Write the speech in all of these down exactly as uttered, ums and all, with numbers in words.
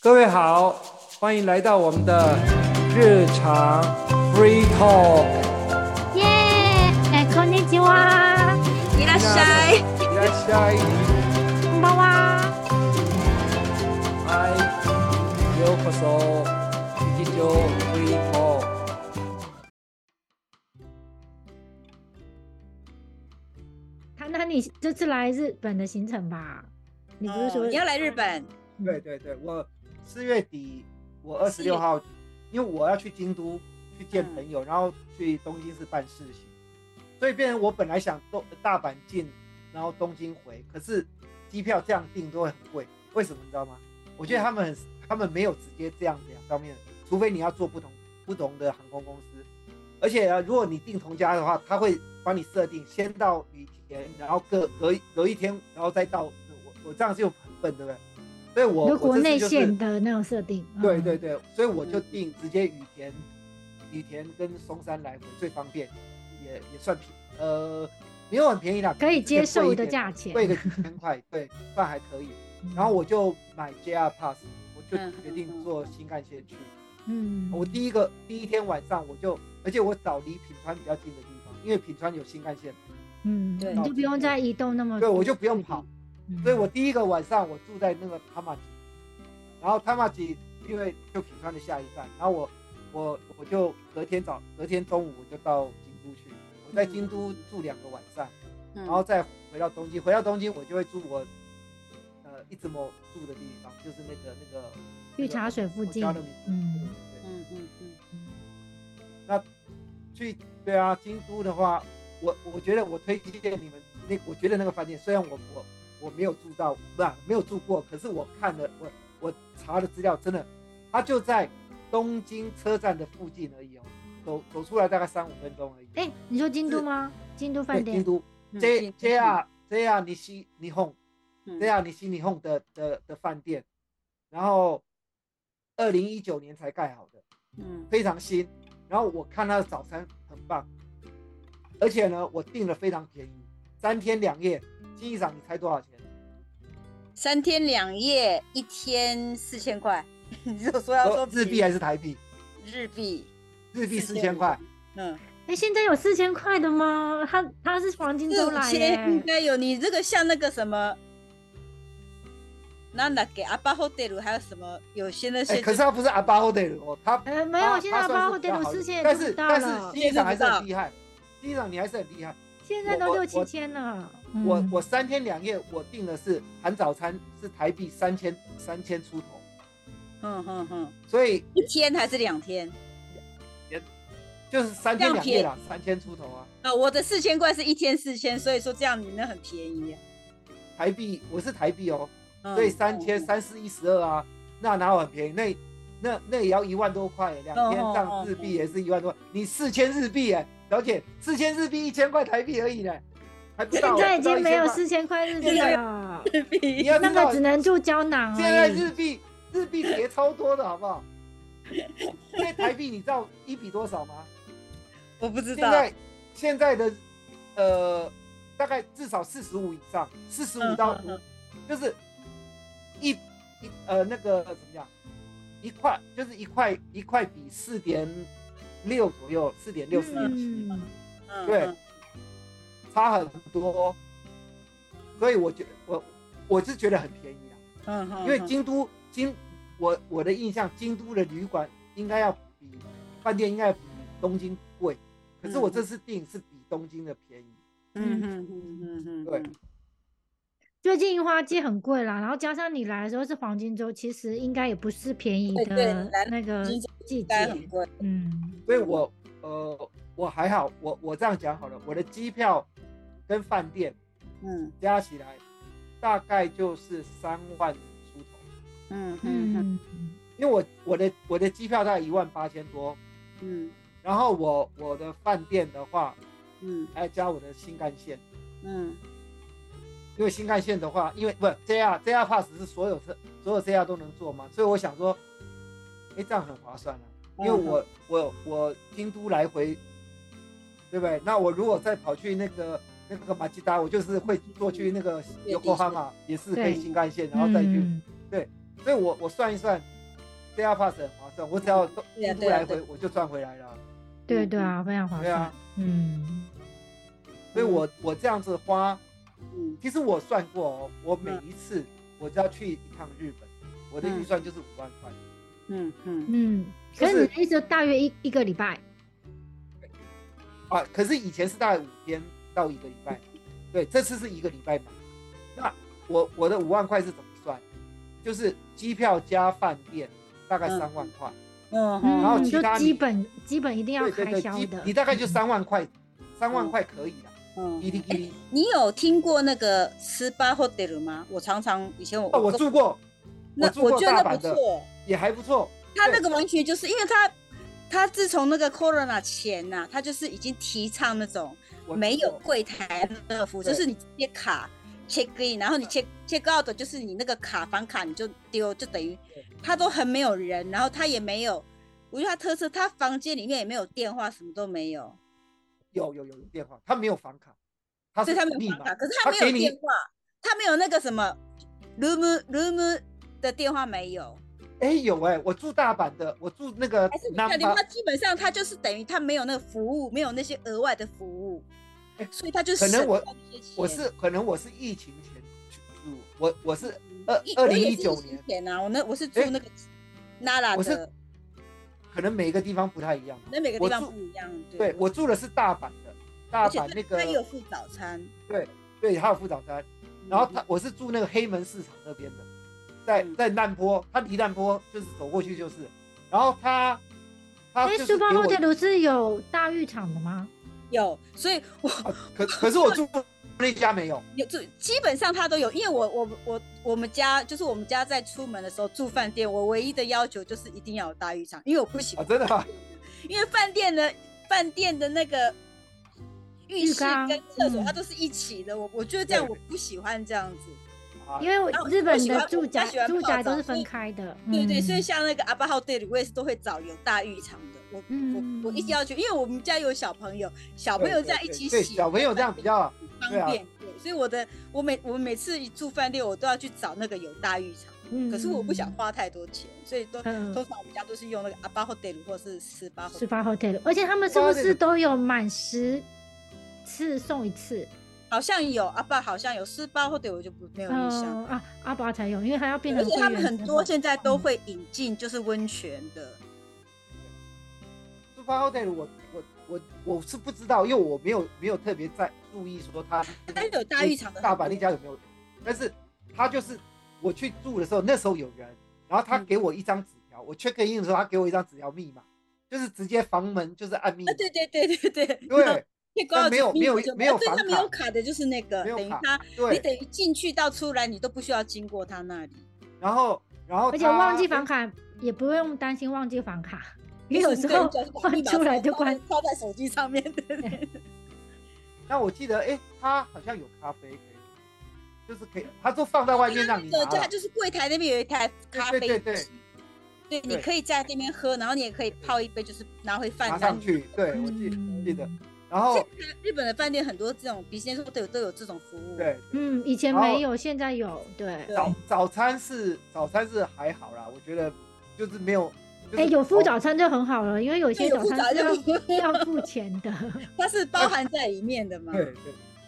各位好，欢迎来到我们的日常 free talk。 耶，哎，こんにちは。 いらっしゃい。 いらっしゃい。 こんばんは。 はい、ようこそ日常 free talk。 谈谈你这次来日本的行程吧？你不是说、 哦、你要来日本？ 对对对，我四月底，我二十六号，因为我要去京都去见朋友，嗯、然后去东京市办事情，所以变成我本来想东大阪进，然后东京回，可是机票这样订都会很贵，为什么你知道吗？我觉得他们很，他们没有直接这样两方面，除非你要做不同不同的航空公司，而且、啊、如果你订同家的话，他会帮你设定先到羽田，然后隔隔隔一天，然后再到我我这样就很笨，对不对？所以我有国内线的那种设定， 对对对，所以我就定直接羽田、羽田跟松山来回最方便，也也算便呃没有很便宜啦， 可以接受的价钱， 贵个几千块，对，算还可以。然后我就买 J R Pass， 我就决定坐新干线去。嗯，我第一个第一天晚上我就，而且我找离品川比较近的地方，因为品川有新干线。 嗯，对，你就不用再移动那么， 对，我就不用跑。所以我第一个晚上我住在那个塔马吉，然后塔马吉因为就品川的下一站，然后我我我就隔天早隔天中午我就到京都去，我在京都住两个晚上，嗯、然后再回到东京，回到东京我就会住我呃一直mo住的地方，就是那个那个御茶水附近， 嗯嗯嗯嗯嗯，那去对啊，京都的话，我我觉得我推荐你们那，我觉得那个饭店虽然我我。我没有住到，不是没有住过，可是我看了，我我查的资料，真的，它就在东京车站的附近而已哦，走走出来大概三五分钟而已。 哎，你说京都吗？京都饭店？ 京都 J J R J R 西西日本 J R 西西日本的的的饭店，然后二零一九年才盖好的，嗯，非常新。然后我看它的早餐很棒，而且呢，我订了非常便宜，三天两夜。金一长，你猜多少钱？ 三天两夜，一天四千块。你就说要说日币还是台币？ 日币， 日币四千块。 嗯， 哎，现在有四千块的吗？他他是黄金周来耶， 应该有。你这个像那个什么，那那给阿巴 hotel 还有什么有些那些、 欸？可是他不是阿巴 hotel 哦，他呃没有，现在阿巴 hotel 四千也但是但是金一长还是很厉害，金一长你还是很厉害。 现在都六七千了。 我、嗯、我三天两夜，我订的是含早餐是台币三千三千出头。 嗯嗯嗯。 所以一天还是两天？ 就是三天两夜啦，三千出头啊。 啊，我的四千块是一天四千，所以说这样你那很便宜、啊。 台币我是台币哦， 嗯、 所以三千三四一十二啊，那哪有很便宜？那那那也要一万多块，两天这样日币也是一万多块，你四千日币哎。小姐，四千日币一千块台币而已呢，还不到。 现在已经没有四千块日币了， 你要那个只能住胶囊。 现在日币日币跌超多的好不好？因为台币你知道一比多少吗？ 我不知道。 现在现在的呃大概至少四十五以上，四十五到五、嗯，就是一一呃那个怎么讲？一块就是一块一块比四点。六左右，四点六、四点七，对，差很多，所以我觉我我是觉得很便宜啊，嗯嗯，因为京都京我我的印象，京都的旅馆应该要比饭店应该要比东京贵，可是我这次订是比东京的便宜， 嗯嗯嗯嗯嗯， 对。 最近樱花季很贵啦，然后加上你来的时候是黄金周，其实应该也不是便宜的那个季节， 很贵。 嗯， 所以我呃我还好，我我这样讲好了，我的机票跟饭店，嗯，加起来大概就是三万出头， 嗯嗯嗯，因为我我的我的机票大概一万八千多，嗯，然后我我的饭店的话，嗯，还要加我的新干线，嗯。因为新干线的话，因为不 J R J R Pass 是所有车所有 J R 都能坐嘛，所以我想说，哎，这样很划算啊。因为我、嗯、我我京都来回，对不对？那我如果再跑去那个那个马吉达，我就是会坐去那个 Yokohama，也是可以新干线，然后再去、嗯，对。所以我我算一算， J R Pass 很划算，我只要京都来回我就赚回来了。 对对啊，非常划算。 对啊， 嗯， 所以我我这样子花，其实我算过哦，我每一次我只要去一趟日本，我的预算就是五万块。 嗯嗯嗯，可是你的意思大约一一个礼拜？ 啊，可是以前是大概五天到一个礼拜，对，这次是一个礼拜嘛。那我我的五万块是怎么算？就是机票加饭店大概三万块， 嗯， 然后其他就基本基本一定要开销的， 你大概就三万块，三万块可以了。 嗯， 叽哩叽哩。 你有听过那个斯巴 hotel 吗？我常常以前我哦，我住过， 那我住过大阪的，也还不错。 他那个完全就是因为他他自从那个 corona 前呐、啊，他就是已经提倡那种没有柜台的服务，就是你直接卡 check in， 然后你 check check out 的就是你那个卡房卡你就丢，就等于他都很没有人，然后他也没有，我觉得他特色，他房间里面也没有电话，什么都没有。 有有有有电话，他没有房卡，他是他没有房卡，可是他没有电话，他没有那个什么 room room 的电话没有。 哎、欸，有哎、欸，我住大阪的，我住那个， 还是你看他基本上他就是等于他没有那个服务，没有那些额外的服务，欸、所以他就可能我我是可能我是疫情前去住，我我是二二零一九年前啊，我那我是住那个 Nara 的， 我是可能每个地方不太一样， 那每个地方不一样， 对, 对我住的是大阪的，大阪那个他也有附早餐， 对对，他有附早餐，然后他我是住那个黑门市场那边的。在在难波，他离难波就是走过去就是，然后他他就是给我。 哎，Super Hotel是有大浴场的吗？ 有，所以我、 啊、可可是我住那家没有。 有，基本上他都有，因为我我我我们家就是我们家在出门的时候住饭店，我唯一的要求就是一定要有大浴场，因为我不喜欢、 啊、真的吗？ 因为饭店的饭店的那个浴室跟厕所它都是一起的，我我觉得这样我不喜欢这样子。 因为日本的住宅住宅都是分开的， 对对，所以像那个阿巴号店里，我也是都会找有大浴场的。我、嗯、我我一定要去，因为我们家有小朋友，小朋友这样一起洗， 对小朋友这样比较方便。对，对，所以我的我每我每次一住饭店，我都要去找那个有大浴场。嗯，可是我不想花太多钱，所以都、嗯、通常我们家都是用那个阿巴号店或是十八十八号店，而且他们是不是都有满十次送一次？ 好像有阿爸，好像有十八或者我就不没有印象、 呃、啊，阿爸才有，因为他要变成。 而且他们很多现在都会引进就是温泉的。 十八 hotel 我我我我是不知道，因为我没有没有特别在注意说他。 他有大浴场的。 大阪那家有没有？但是他就是我去住的时候，那时候有人，然后他给我一张纸条，嗯、我 check in 的时候，他给我一张纸条密码，就是直接房门就是按密码。 啊，对对对对对。 对。但没有没有没有房卡， 对，他没有卡的就是那个，等于他，你等于进去到出来，你都不需要经过他那里。 然后，然后， 而且忘记房卡也不用担心忘记房卡，因为有时候换出来就关， 抄在手机上面的。 那我记得，哎、欸，他好像有咖啡可以，就是可以，他都放在外面让你拿。 对，就是柜台那边有一台咖啡机。 对对对。 对，你可以在那边喝，然后你也可以泡一杯，就是拿回饭拿上去。对，我记得、嗯、记得。然后日本的饭店很多这种，比先说都有都有这种服务。 对， 嗯，以前没有，现在有。对， 早早餐是早餐是还好啦，我觉得就是没有。哎、 就是欸，有附早餐就很好了，因为有些早餐是要要付钱的， 它是包含在里面的嘛。 对对。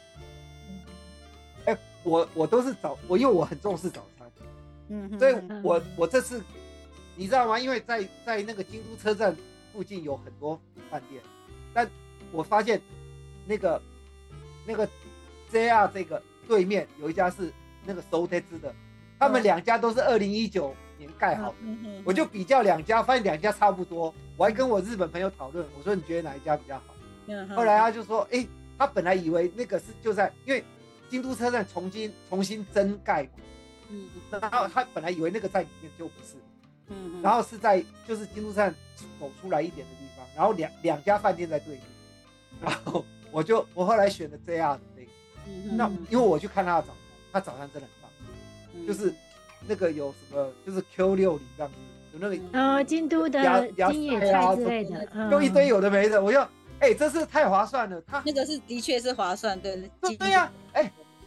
哎、欸，我我都是早，我因为我很重视早餐，嗯，所以我我这次你知道吗？因为在在那个京都车站附近有很多饭店，但我发现那个那个 J R 这个对面有一家是那个熟铁子的，他们两家都是二零一九年盖好的，嗯、我就比较两家，发现两家差不多。我还跟我日本朋友讨论，我说你觉得哪一家比较好？嗯、后来他就说，哎、欸，他本来以为那个是就在，因为京都车站重新重新增盖过，嗯，然后他本来以为那个在里面，就不是，嗯，然后是在就是京都车站走出来一点的地方，然后两两家饭店在对面。然后我就我后来选了 J R 的那个，嗯、那因为我去看他的早餐，他早餐真的很棒，嗯、就是那个有什么就是 Q 六零这样子，有那个呃京都的金野菜之类的， 嗯、就一堆有的没的，我就哎、欸，这是太划算了，他那个是的确是划算，对对对呀，哎、欸，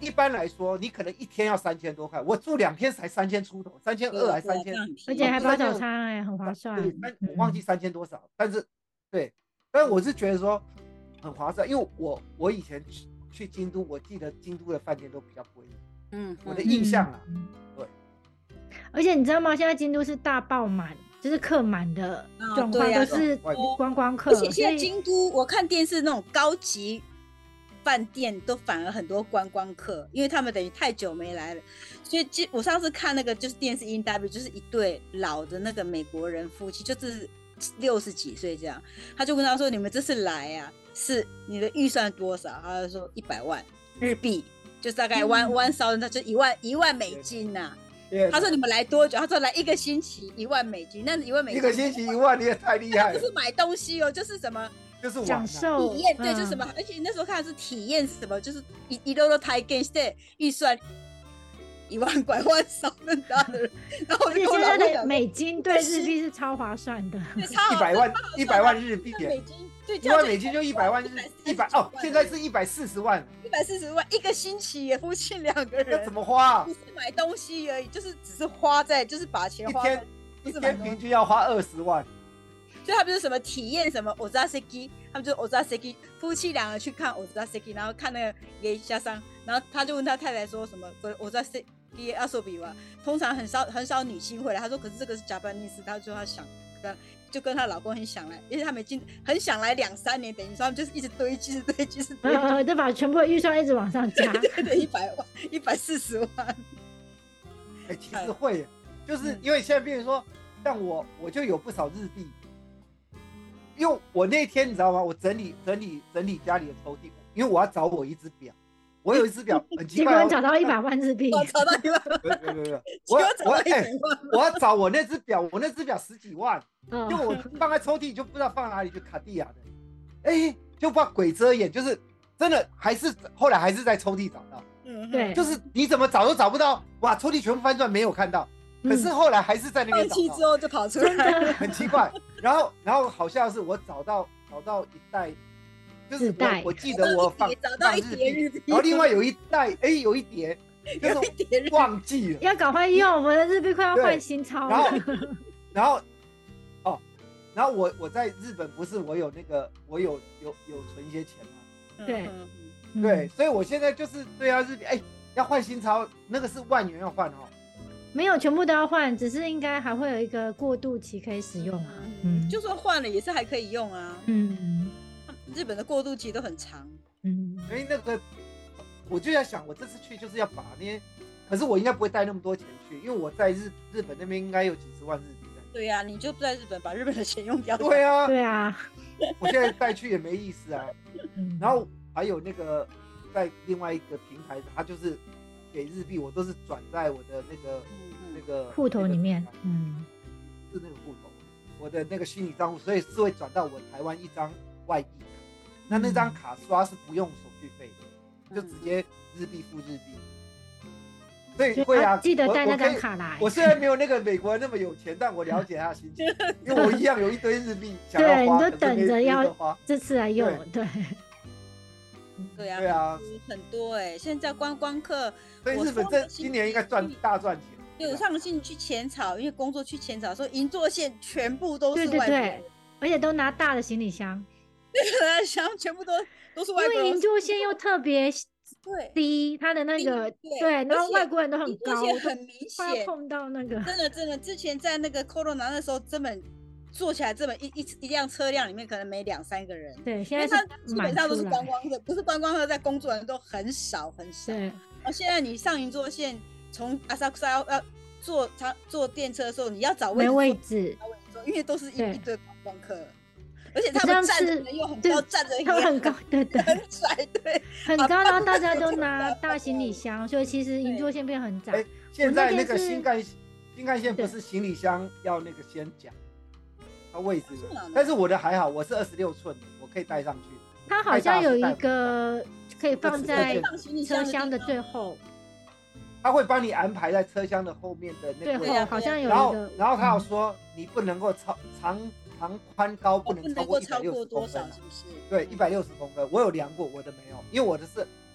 一般来说，你可能一天要三千多块，我住两天才三千出头，三千二还三千， 而且还包早餐哎，很划算。 对，但我忘记三千多少，但是对，但是我是觉得说很划算，因为我我以前去去京都，我记得京都的饭店都比较贵，嗯，我的印象啊，嗯、对。 而且你知道吗？现在京都是大爆满。就是客满的状况，都是观光客。 而且现在京都，我看电视那种高级饭店都反而很多观光客，因为他们等于太久没来了。所以我上次看那个就是电视 In W， 就是一对老的那个美国人夫妻，就是六十几岁这样，他就问他说：“你们这次来啊，是你的预算多少？”他就说一百万日币，就大概 one one thousand，那就一万一万美金呐、啊。他说你们来多久？他说来一个星期，一万美金。那一万美金， 一个星期一万，你也太厉害了。 不是买东西哦，就是什么， 就是享受体验，对，就是什么。而且那时候看的是体验什么，就是一一路都台跟的预算一万块万少那大的人。然后我就现在的美金对日币是超划算的， 一百万一百万日币， 美金对， 一万美金就一百万日一百哦，现在是一百四十万， 一百四十万一个星期也夫妻两个人， 那怎么花？ 不是买东西而已，就是只是花在，就是把钱花在， 一天平均要花二十万。 所以他们就是什么体验什么 Ozaseki， 他们就 Ozaseki 夫妻两个去看 Ozaseki， 然后看那个给下山，然后他就问他太太说什么 Ozaseki 阿索比吧，通常很少很少女性会来，他说可是这个是Japanese，他说他想就跟她老公很想来，而且他们已经很想来两三年，等于说他们就是一直堆积，一直堆积，一直堆积， 呃，就把全部的预算一直往上加， 对对对，一百万，一百四十万。哎、 欸，其实会，就是因为现在变成说，像我，我就有不少日币，因为我那天你知道吗？我整理整理整理家里的抽屉，因为我要找我一只表。我有一只表，很奇怪、哦， 结果找到一百万日币， 我找到一百万， 没有没有没有，我我哎、欸，我要找我那只表，我那只表十几万， 哦、 就我放在抽屉就不知道放哪里，就卡地亚的，哎、欸，就把鬼遮眼，就是真的还是后来还是在抽屉找到， 嗯，对， 就是你怎么找都找不到，哇，抽屉全部翻转没有看到，可是后来还是在那边找到， 放弃之后就跑出来， 很奇怪，然后然后好像是我找到找到一袋。就是我，我记得我放放日币，然后另外有一袋，哎、欸，有一叠，就是忘记了， 要赶快用，我们的日币快要换新钞了。 然后，然后，哦，然后我我在日本不是我有那个我有有有存一些钱吗？ 对， 嗯、对，所以我现在就是对啊，日币，哎、欸，要换新钞，那个是万元要换哦。 没有全部都要换，只是应该还会有一个过渡期可以使用啊。 嗯，就算换了也是还可以用啊。 嗯。 日本的过渡期都很长， 嗯， 所以那个我就在想，我这次去就是要把那些，可是我应该不会带那么多钱去，因为我在日日本那边应该有几十万日币在。 对呀、啊，你就不在日本把日本的钱用掉。 对啊， 对啊， 我现在带去也没意思啊。然后还有那个在另外一个平台，它就是给日币，我都是转在我的那个、嗯、那个户头里面，嗯， 是那个户头，我的那个虚拟账户，所以是会转到我台湾一张外币。那那张卡刷是不用手续费的，就直接日币付日币。所以会啊， 记得带那张卡来。 我虽然没有那个美国人那么有钱，但我了解他的心情，因为我一样有一堆日币想要花， 对，你都等着要这次来用，对。 对啊， 对啊， 很多哎、欸，现在观光客， 所以日本这今年应该赚大赚钱。 对，我上个星期去浅草，因为工作去浅草，说银座线全部都是外国人，对对对， 而且都拿大的行李箱。 那个箱全部都都是外国人， 因为银座线又特别低，它的那个 对, 对，然后外国人都很高， 很明显碰到那个， 真的真的，之前在那个 Corona 那时候，根本坐起来这么一一一辆车辆里面可能没两三个人， 对，现在他基本上都是观光客，不是观光客在工作的人都很少很少。对，然后现在你上银座线从阿萨库萨要要坐他坐电车的时候，你要找位置， 没位置， 因为都是一一堆观光客。而且他们站着人又很高，站着他们很高，对对， 很窄，对， 很高，然后大家都拿大行李箱，所以其实银座线变很窄。 现在那个新干新干线不是行李箱要那个先讲，它位置，但是我的还好，我是二十六寸，我可以带上去。 它好像有一个可以放在车厢的最后， 他会帮你安排在车厢的后面的那个最后，好像有一个。 然后，然后他有说你不能够超长。长宽高不能超过一百六十公分， 是不是？ 对，一百六十公分，我有量过，我的没有，因为我的是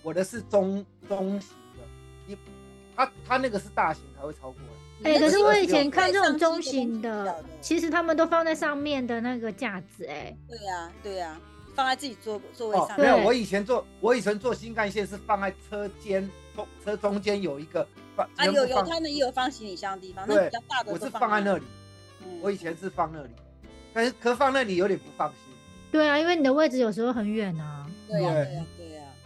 我的是中中型的，你它它那个是大型才会超过。 哎、欸，可是我以前看这种中型的，其实他们都放在上面的那个架子、欸，哎。 对呀、啊，对呀、啊，放在自己座座位上、 哦。没有，我以前坐我以前坐新干线是放在车间中车中间有一个放啊，有有，他们也有放行李箱的地方，那比较大的我是放在那里。嗯、我以前是放那里，可是可放那里有点不放心。 对啊，因为你的位置有时候很远啊。 对呀、啊，对呀、啊，对呀、啊。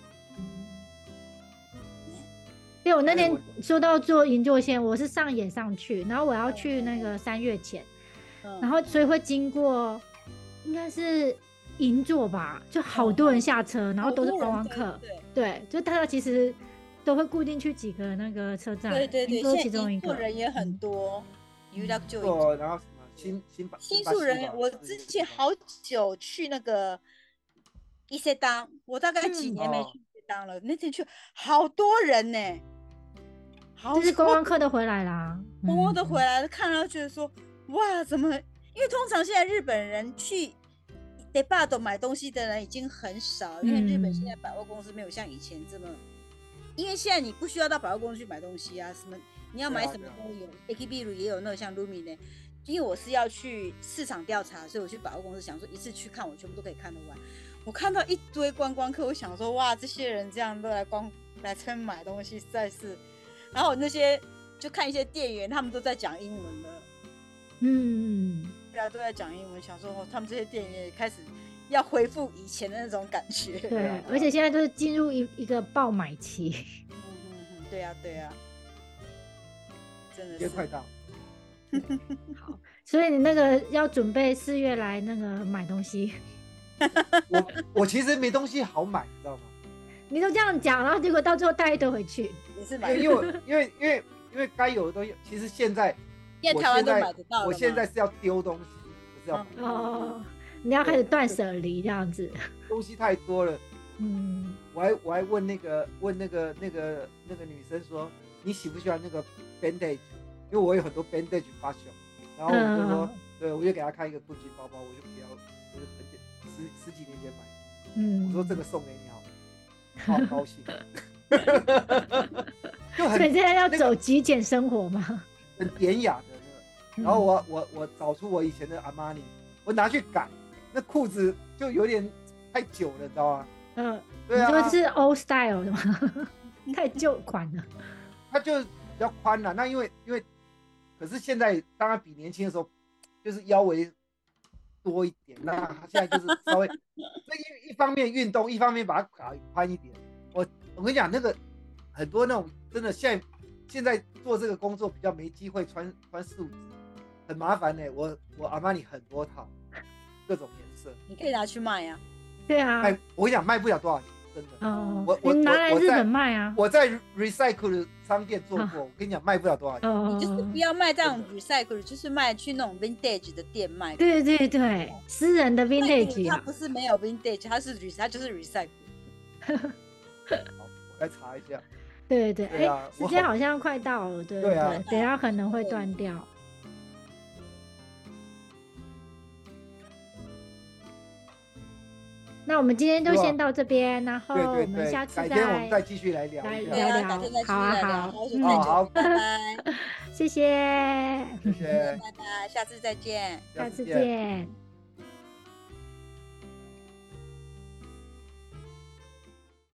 因为我那天说到坐银座线，我是上野上去，然后我要去那个三月前，嗯、然后所以会经过，应该是银座吧，就好多人下车，嗯、然后都是观光客， 对， 对， 对，就大家其实都会固定去几个那个车站， 对对对， 银座其中一个， 人也很多，有到就银然后什么新新新宿人员，我之前好久去那个伊势丹，我大概几年没去伊势丹了，嗯、那天去好多人呢、欸。 就是观光客都回来啦， 观光都回来了，看到觉得说，哇，怎么？因为通常现在日本人去 department 买东西的人已经很少，因为日本现在百货公司没有像以前这么，因为现在你不需要到百货公司去买东西啊，什么你要买什么都有 ，A K B 也有那个像 Lumi 呢。因为我是要去市场调查，所以我去百货公司想说一次去看，我全部都可以看得完。我看到一堆观光客，我想说，哇，这些人这样都来光来这边买东西，实在是。然后那些就看一些店员，他们都在讲英文了， 嗯， 对啊，都在讲英文，想说哦，他们这些店员也开始要恢复以前的那种感觉。 对，而且现在都是进入一一个爆买期。 嗯嗯嗯，对啊对啊，真的是。快到。 好，所以你那个要准备四月来那个买东西。 我我其实没东西好买，你知道吗？ 你都这样讲，然后结果到最后带一堆回去。 也是买， 因为因为因为因为该有的东西，其实现在现在台湾都买得到了。 我现在是要丢东西，不是要买。 哦，你要开始断舍离这样子。 东西太多了， 嗯， 我还我还问那个问那个那个那个女生说，你喜不喜欢那个 bandage？ 因为我有很多 bandage 发熊，然后我就说，嗯、对，我就给她看一个 Gucci 包包，我就不要，我就很简十十几年前买，嗯，我说这个送给你好，好高兴。就很， 所以现在要走极简生活吗？ 很典雅的那个，然后我、嗯、我我找出我以前的阿玛尼，我拿去改，那裤子就有点太久了，知道吗？ 嗯， 对啊， 你说是 old style 的吗？太旧款了。 它就比较宽了，那因为因为，可是现在当然比年轻的时候，就是腰围多一点，那现在就是稍微，那一一方面运动，一方面把它搞宽一点。我我跟你讲，那个很多那种真的现在现在做这个工作比较没机会穿穿素质，很麻烦呢、欸。我我阿玛尼很多套，各种颜色， 你可以拿去卖呀、啊。 对啊， 卖我跟你讲卖不了多少钱，真的。 哦， 我我你拿来日本卖啊。 我在 recycle 的商店做过，哦、我跟你讲卖不了多少钱。 哦、你就是不要卖这种 recycle， 就是卖去那种 vintage 的店卖。 对对对，私人的 vintage 啊。它不是没有 vintage， 它是 recycle， 它就是 recycle。 好，我来查一下。 对对对，哎、啊欸，时间好像快到了，对对对，啊、等一下可能会断掉。那我们今天就先到这边，然后我们下次再改天我们再继续来聊来聊聊。好啊好， 嗯，好，拜拜， 谢谢， 谢谢， 拜拜，下次再见， 下次见。